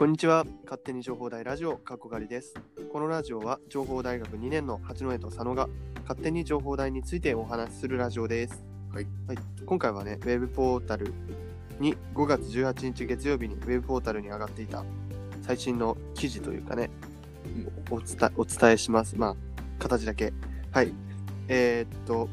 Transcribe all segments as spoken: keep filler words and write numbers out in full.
こんにちは。勝手に情報大ラジオかっこがりです。このラジオは情報大学にねんの八戸と佐野が勝手に情報大についてお話しするラジオです。 はい。 はい、今回はね、ウェブポータルにごがつじゅうはちにち月曜日にウェブポータルに上がっていた最新の記事というかね、うん、お伝え、お伝えします。まあ、形だけ。はい。えー、っと、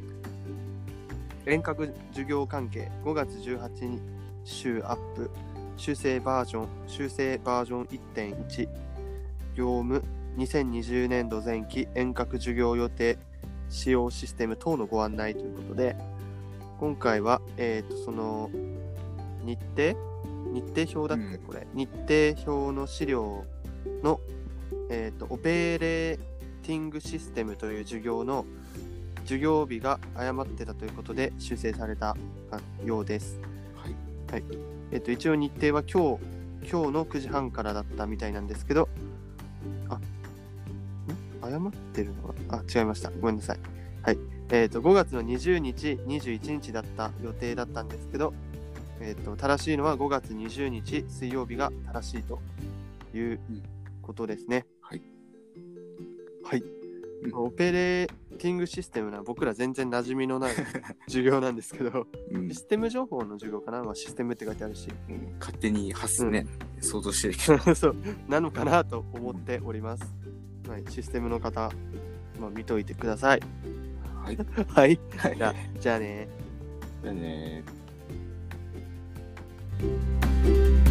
遠隔授業関係ごがつじゅうはちにち週アップ修正バージョン修正バージョン いってんいち 業務にせんにじゅうねんど前期遠隔授業予定使用システム等のご案内ということで、今回は、えー、とその日程日程表だっけ、うん、これ日程表の資料の、えー、とオペレーティングシステムという授業の授業日が誤ってたということで修正されたようです。 はい、 はい。えっと、一応日程は今日、今日のくじはんからだったみたいなんですけど、あ、ん誤ってるのは、あ、違いました。ごめんなさい。はい。えっと、ごがつのにじゅうにち、にじゅういちにちだった予定だったんですけど、えっと、正しいのはごがつにじゅうにち水曜日が正しいということですね。 はい。 はい。うん、オペレーティングシステムは僕ら全然馴染みのない授業なんですけど、うん、システム情報の授業かな、まあ、システムって書いてあるし、 うん、勝手に発すね、うん、想像してるけどそうなのかなと思っております、はい、システムの方、まあ、見といてください。 はいはい、じゃあ、じゃあねじゃあね